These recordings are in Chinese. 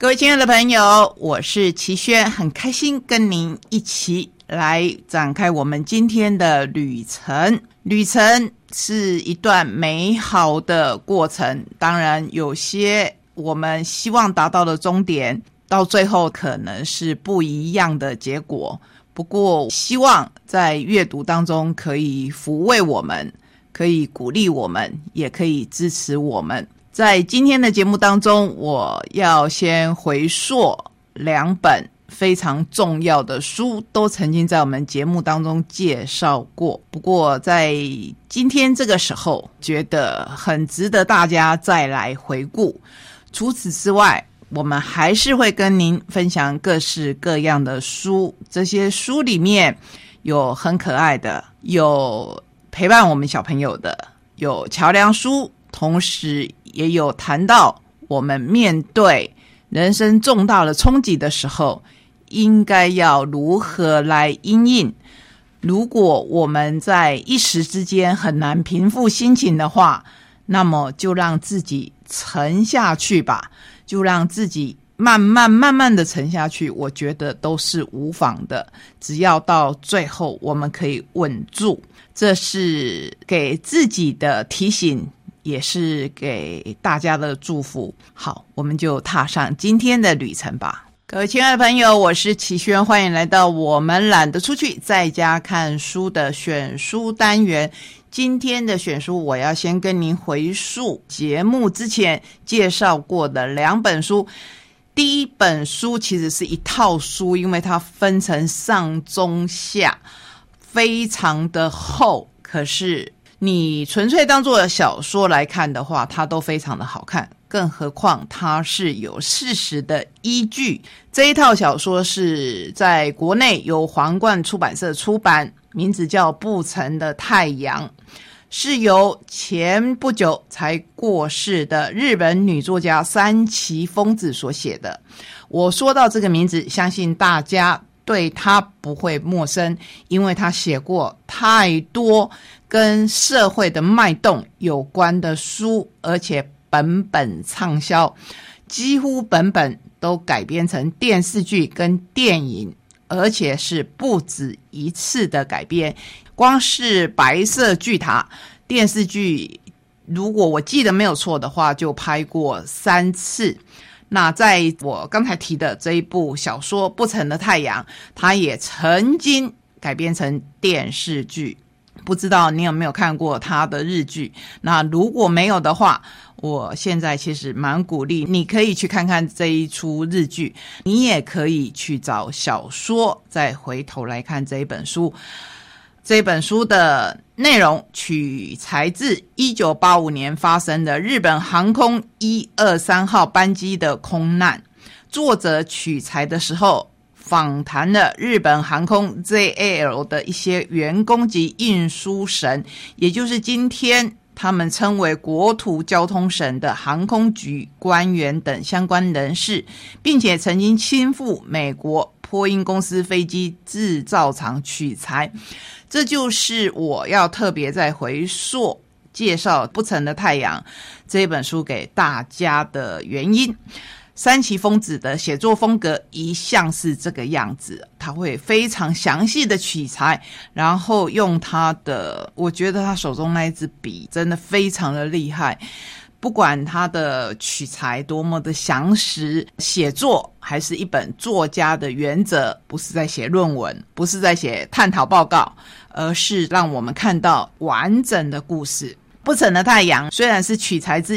各位亲爱的朋友，我是齐轩，很开心跟您一起来展开我们今天的旅程。旅程是一段美好的过程，当然有些我们希望达到的终点，到最后可能是不一样的结果。不过希望在阅读当中可以抚慰我们，可以鼓励我们，也可以支持我们。在今天的节目当中，我要先回溯两本非常重要的书，都曾经在我们节目当中介绍过。不过在今天这个时候，觉得很值得大家再来回顾。除此之外，我们还是会跟您分享各式各样的书，这些书里面有很可爱的，有陪伴我们小朋友的，有桥梁书，同时也有谈到我们面对人生重大的冲击的时候，应该要如何来因应。如果我们在一时之间很难平复心情的话，那么就让自己沉下去吧，就让自己慢慢的沉下去，我觉得都是无妨的，只要到最后我们可以稳住。这是给自己的提醒，也是给大家的祝福。好，我们就踏上今天的旅程吧。各位亲爱的朋友，我是齐轩，欢迎来到我们懒得出去在家看书的选书单元。今天的选书，我要先跟您回溯节目之前介绍过的两本书。第一本书其实是一套书，因为它分成上中下，非常的厚，可是你纯粹当作小说来看的话，它都非常的好看，更何况它是有事实的依据。这一套小说是在国内由皇冠出版社出版，名字叫《不曾的太阳》，是由前不久才过世的日本女作家山崎丰子所写的。我说到这个名字，相信大家对她不会陌生，因为她写过太多跟社会的脉动有关的书，而且本本畅销，几乎本本都改编成电视剧跟电影，而且是不止一次的改编。光是白色巨塔电视剧，如果我记得没有错的话，就拍过3次。那在我刚才提的这一部小说《不曾的太阳》，它也曾经改编成电视剧。不知道你有没有看过它的日剧？那如果没有的话，我现在其实蛮鼓励你可以去看看这一出日剧，你也可以去找小说，再回头来看这一本书。这本书的内容取材自1985年发生的日本航空123号班机的空难，作者取材的时候访谈了日本航空 JAL 的一些员工及运输神，也就是今天他们称为国土交通省的航空局官员等相关人士，并且曾经亲赴美国波音公司飞机制造厂取材。这就是我要特别再回溯介绍《不曾的太阳》这本书给大家的原因。山崎丰子的写作风格一向是这个样子，他会非常详细的取材，然后用他的，我觉得他手中那一支笔真的非常的厉害，不管他的取材多么的详实，写作还是一本作家的原则，不是在写论文，不是在写探讨报告，而是让我们看到完整的故事。不曾的太阳虽然是取材自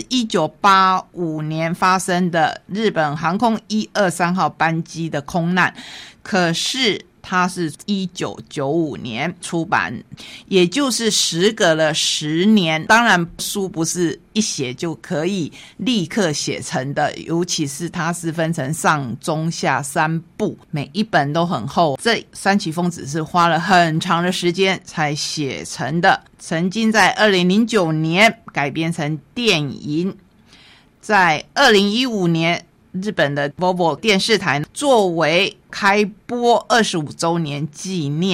1985年发生的日本航空123号班机的空难，可是它是1995年出版，也就是时隔了10年。当然书不是一写就可以立刻写成的，尤其是它是分成上中下3部，每一本都很厚，这山崎丰子是花了很长的时间才写成的。曾经在2009年改编成电影，在2015年日本的 VOVO 电视台作为开播25周年纪念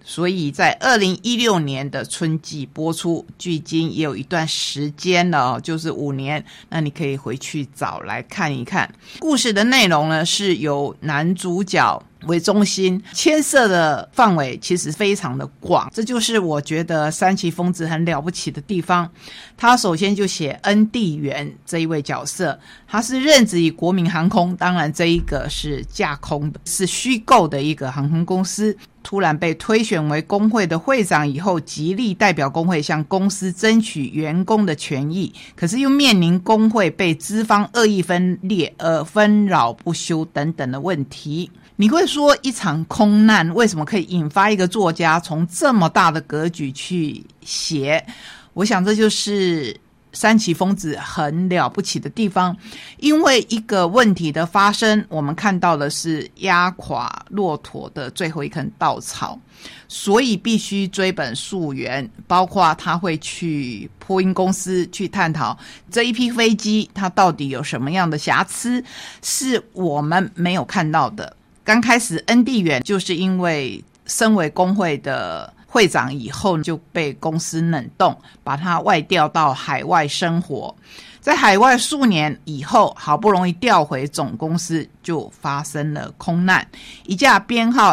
所以在2016年的春季播出，距今也有一段时间了就是5年，那你可以回去找来看一看。故事的内容呢，是由男主角为中心，牵涉的范围其实非常的广，这就是我觉得三崎丰子很了不起的地方。他首先就写恩地元这一位角色，他是任职于国民航空，当然这一个是架空的，是虚构的一个航空公司，突然被推选为工会的会长以后，极力代表工会向公司争取员工的权益，可是又面临工会被资方恶意分裂而纷扰不休等等的问题。你会说一场空难为什么可以引发一个作家从这么大的格局去写？我想这就是三崎丰子很了不起的地方。因为一个问题的发生，我们看到的是压垮骆驼的最后一根稻草，所以必须追本溯源，包括他会去波音公司去探讨这一批飞机它到底有什么样的瑕疵是我们没有看到的。刚开始恩地元就是因为身为工会的会长以后就被公司冷冻，把他外调到海外生活，在海外数年以后好不容易调回总公司，就发生了空难。一架编号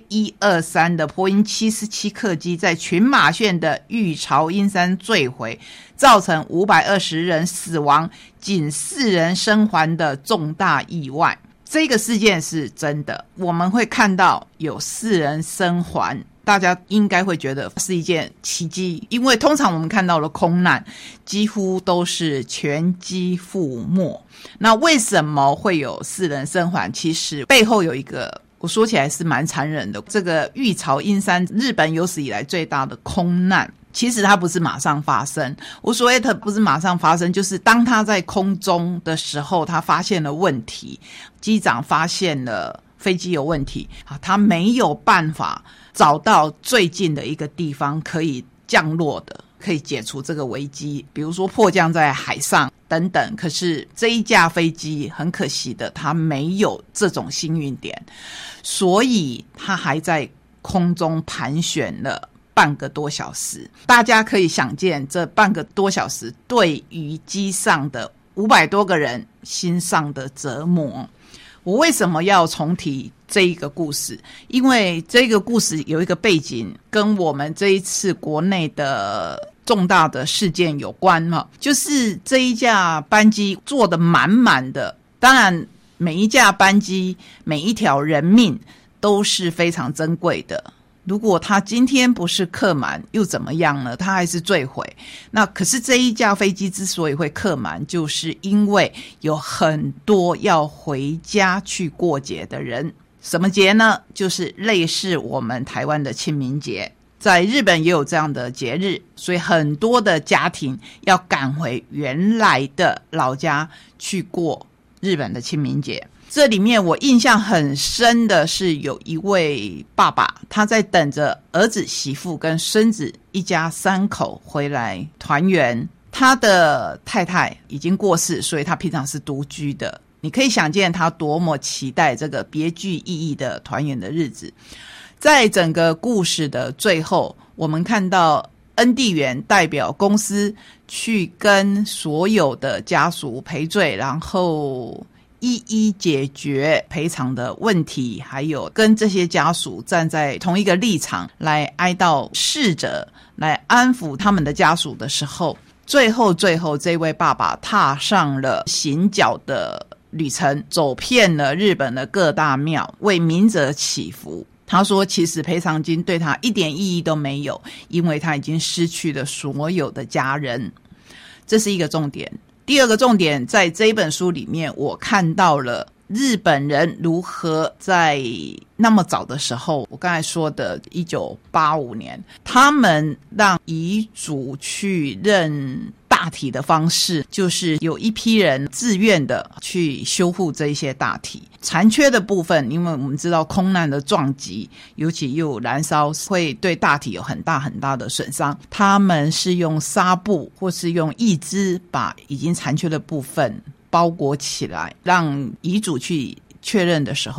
NA123 的波音747客机在群马县的玉朝阴山坠毁，造成520人死亡，仅4人生还的重大意外。这个事件是真的，我们会看到有4人生还，大家应该会觉得是一件奇迹，因为通常我们看到的空难几乎都是全机覆没。那为什么会有4人生还？其实背后有一个，我说起来是蛮残忍的，这个玉朝阴山日本有史以来最大的空难，其实它不是马上发生。我所谓的不是马上发生，就是当它在空中的时候，它发现了问题，机长发现了飞机有问题，他没有办法找到最近的一个地方可以降落的，可以解除这个危机，比如说迫降在海上等等。可是这一架飞机很可惜的，它没有这种幸运点，所以它还在空中盘旋了半个多小时。大家可以想见这半个多小时对于机上的500多个人心上的折磨。我为什么要重提这一个故事？因为这个故事有一个背景跟我们这一次国内的重大的事件有关就是这一架班机坐得满满的，当然每一架班机每一条人命都是非常珍贵的，如果他今天不是客满又怎么样呢？他还是坠毁。那可是这一架飞机之所以会客满，就是因为有很多要回家去过节的人。什么节呢？就是类似我们台湾的清明节，在日本也有这样的节日，所以很多的家庭要赶回原来的老家去过日本的清明节。这里面我印象很深的是有一位爸爸，他在等着儿子媳妇跟孙子一家3口回来团圆。他的太太已经过世，所以他平常是独居的，你可以想见他多么期待这个别具意义的团圆的日子。在整个故事的最后，我们看到恩地元代表公司去跟所有的家属赔罪，然后一一解决赔偿的问题，还有跟这些家属站在同一个立场来哀悼逝者，来安抚他们的家属的时候，最后这位爸爸踏上了行脚的旅程，走遍了日本的各大庙，为冥者祈福。他说其实赔偿金对他一点意义都没有，因为他已经失去了所有的家人。这是一个重点。第二个重点，在这一本书里面我看到了日本人如何在那么早的时候，我刚才说的1985年，他们让遗嘱去认大体的方式，就是有一批人自愿的去修复这一些大体残缺的部分。因为我们知道空难的撞击，尤其又有燃烧，会对大体有很大很大的损伤，他们是用纱布或是用义肢把已经残缺的部分包裹起来，让遗嘱去确认的时候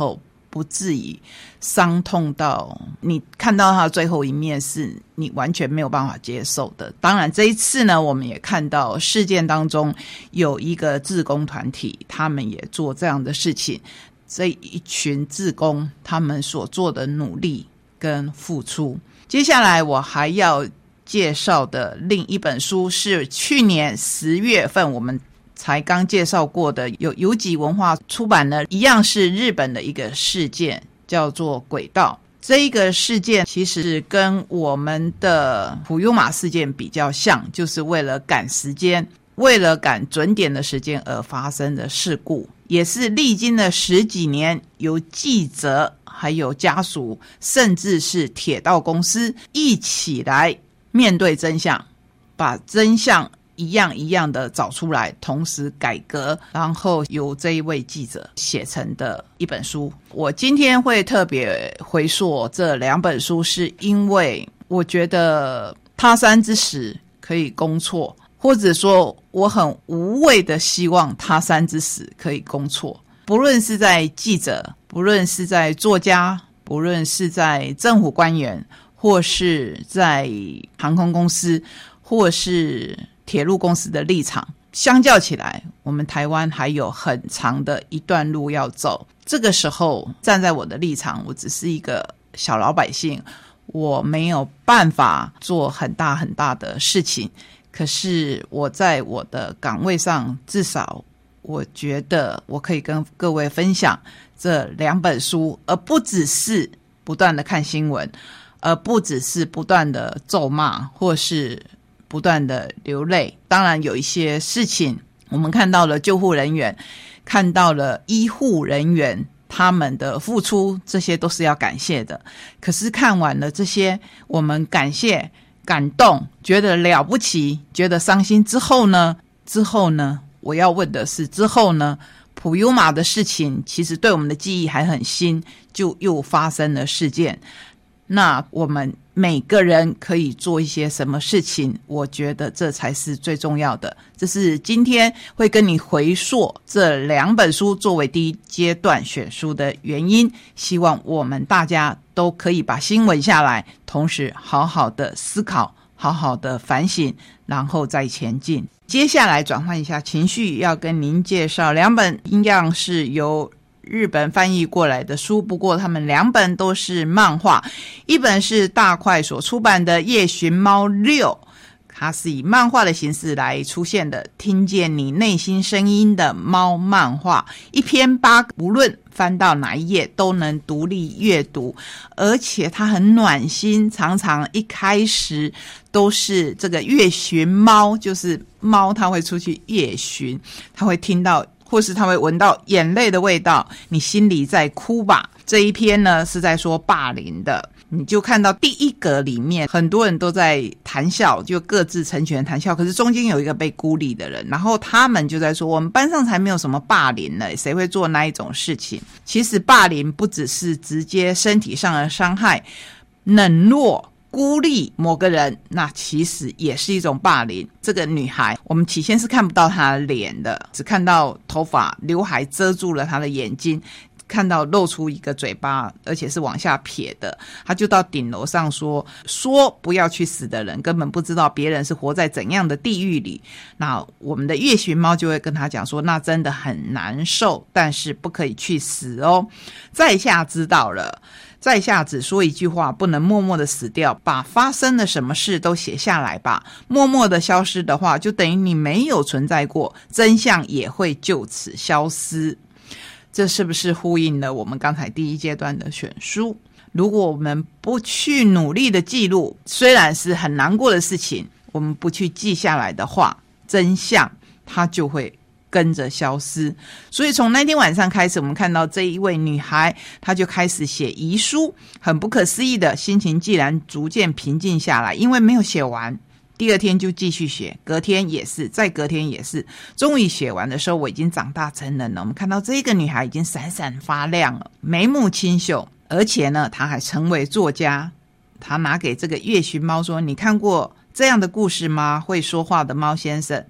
不至于伤痛到你看到他最后一面是你完全没有办法接受的。当然这一次呢，我们也看到事件当中有一个志工团体，他们也做这样的事情。这一群志工他们所做的努力跟付出。接下来我还要介绍的另一本书是去年10月份我们才刚介绍过的，有游击文化出版的，一样是日本的一个事件，叫做轨道。这一个事件其实跟我们的普悠玛事件比较像，就是为了赶时间，为了赶准点的时间而发生的事故，也是历经了10几年，由记者还有家属甚至是铁道公司一起来面对真相，把真相一样一样的找出来，同时改革，然后由这一位记者写成的一本书。我今天会特别回溯这2本书，是因为我觉得他山之石可以攻错，或者说我很无谓的希望他山之石可以攻错。不论是在记者，不论是在作家，不论是在政府官员，或是在航空公司，或是铁路公司的立场，相较起来，我们台湾还有很长的一段路要走。这个时候站在我的立场，我只是一个小老百姓，我没有办法做很大很大的事情，可是我在我的岗位上，至少我觉得我可以跟各位分享这2本书，而不只是不断的看新闻，而不只是不断的咒骂或是不断的流泪。当然有一些事情我们看到了救护人员，看到了医护人员他们的付出，这些都是要感谢的。可是看完了这些，我们感谢、感动，觉得了不起，觉得伤心之后呢，我要问的是之后呢，普悠玛的事情其实对我们的记忆还很新，就又发生了事件。那我们每个人可以做一些什么事情，我觉得这才是最重要的。这是今天会跟你回溯这2本书作为第一阶段选书的原因，希望我们大家都可以把新闻下来，同时好好的思考，好好的反省，然后再前进。接下来转换一下情绪，要跟您介绍2本一样是由日本翻译过来的书，不过他们2本都是漫画。一本是大块所出版的《夜寻猫6》，它是以漫画的形式来出现的，听见你内心声音的猫漫画，一篇8，无论翻到哪一页都能独立阅读，而且它很暖心，常常一开始都是这个夜寻猫，就是猫它会出去夜寻，它会听到或是他会闻到眼泪的味道，你心里在哭吧。这一篇呢是在说霸凌的，你就看到第1格里面很多人都在谈笑，就各自成群谈笑，可是中间有一个被孤立的人，然后他们就在说我们班上才没有什么霸凌呢，谁会做那一种事情。其实霸凌不只是直接身体上的伤害，冷落孤立某个人，那其实也是一种霸凌。这个女孩我们起先是看不到她的脸的，只看到头发刘海遮住了她的眼睛，看到露出一个嘴巴，而且是往下撇的。她就到顶楼上说不要去死的人根本不知道别人是活在怎样的地狱里。那我们的夜寻猫就会跟她讲说，那真的很难受，但是不可以去死哦。在下知道了，在下只说一句话，不能默默的死掉，把发生的什么事都写下来吧。默默的消失的话，就等于你没有存在过，真相也会就此消失。这是不是呼应了我们刚才第1阶段的选书？如果我们不去努力的记录，虽然是很难过的事情，我们不去记下来的话，真相它就会跟着消失。所以从那天晚上开始，我们看到这一位女孩，她就开始写遗书，很不可思议的心情既然逐渐平静下来，因为没有写完，第2天就继续写，隔天也是，再隔天也是，终于写完的时候，我已经长大成人了。我们看到这个女孩已经闪闪发亮了，眉目清秀，而且呢，她还成为作家。她拿给这个夜寻猫说，你看过这样的故事吗？会说话的猫先生。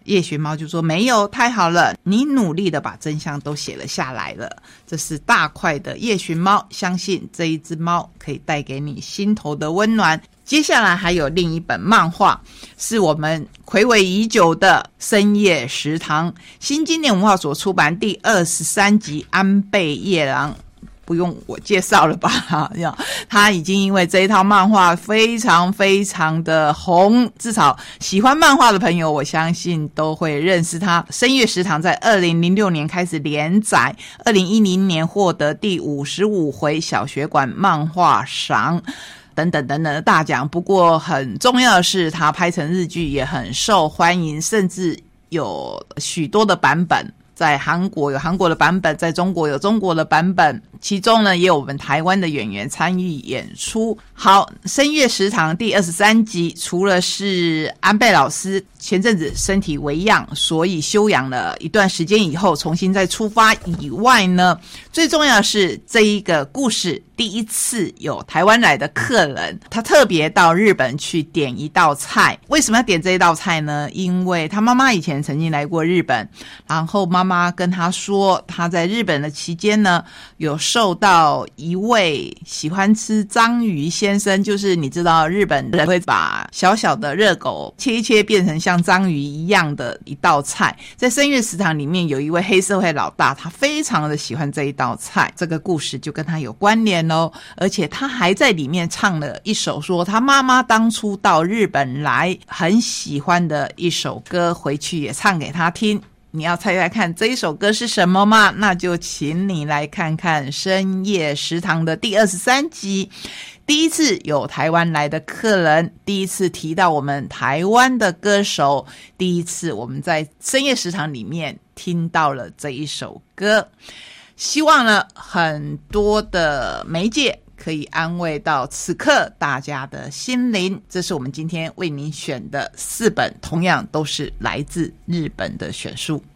叶寻猫就说没有，太好了，你努力的把真相都写了下来了。这是大块的叶寻猫，相信这一只猫可以带给你心头的温暖。接下来还有另一本漫画，是我们睽违已久的深夜食堂，新经典文化所出版第23集安倍夜郎，不用我介绍了吧？他已经因为这一套漫画非常非常的红，至少喜欢漫画的朋友我相信都会认识他。深夜食堂在2006年开始连载，2010年获得第55回小学馆漫画赏等等等等的大奖。不过很重要的是他拍成日剧也很受欢迎，甚至有许多的版本，在韩国有韩国的版本，在中国有中国的版本，其中呢也有我们台湾的演员参与演出。好，深夜食堂第23集，除了是安倍老师前阵子身体微恙，所以休养了一段时间以后重新再出发以外呢，最重要的是这一个故事第一次有台湾来的客人，他特别到日本去点一道菜。为什么要点这一道菜呢？因为他妈妈以前曾经来过日本，然后妈妈跟他说，他在日本的期间呢，有受到一位喜欢吃章鱼先生，就是你知道日本人会把小小的热狗切一切变成像章鱼一样的一道菜，在深夜食堂里面有一位黑社会老大，他非常的喜欢这一道菜，这个故事就跟他有关联哦。而且他还在里面唱了一首说他妈妈当初到日本来很喜欢的一首歌，回去也唱给他听。你要猜猜看这一首歌是什么吗？那就请你来看看深夜食堂的第23集，第一次有台湾来的客人，第一次提到我们台湾的歌手，第一次我们在深夜食堂里面听到了这一首歌。希望呢很多的媒介可以安慰到此刻大家的心灵。这是我们今天为您选的4本，同样都是来自日本的选书。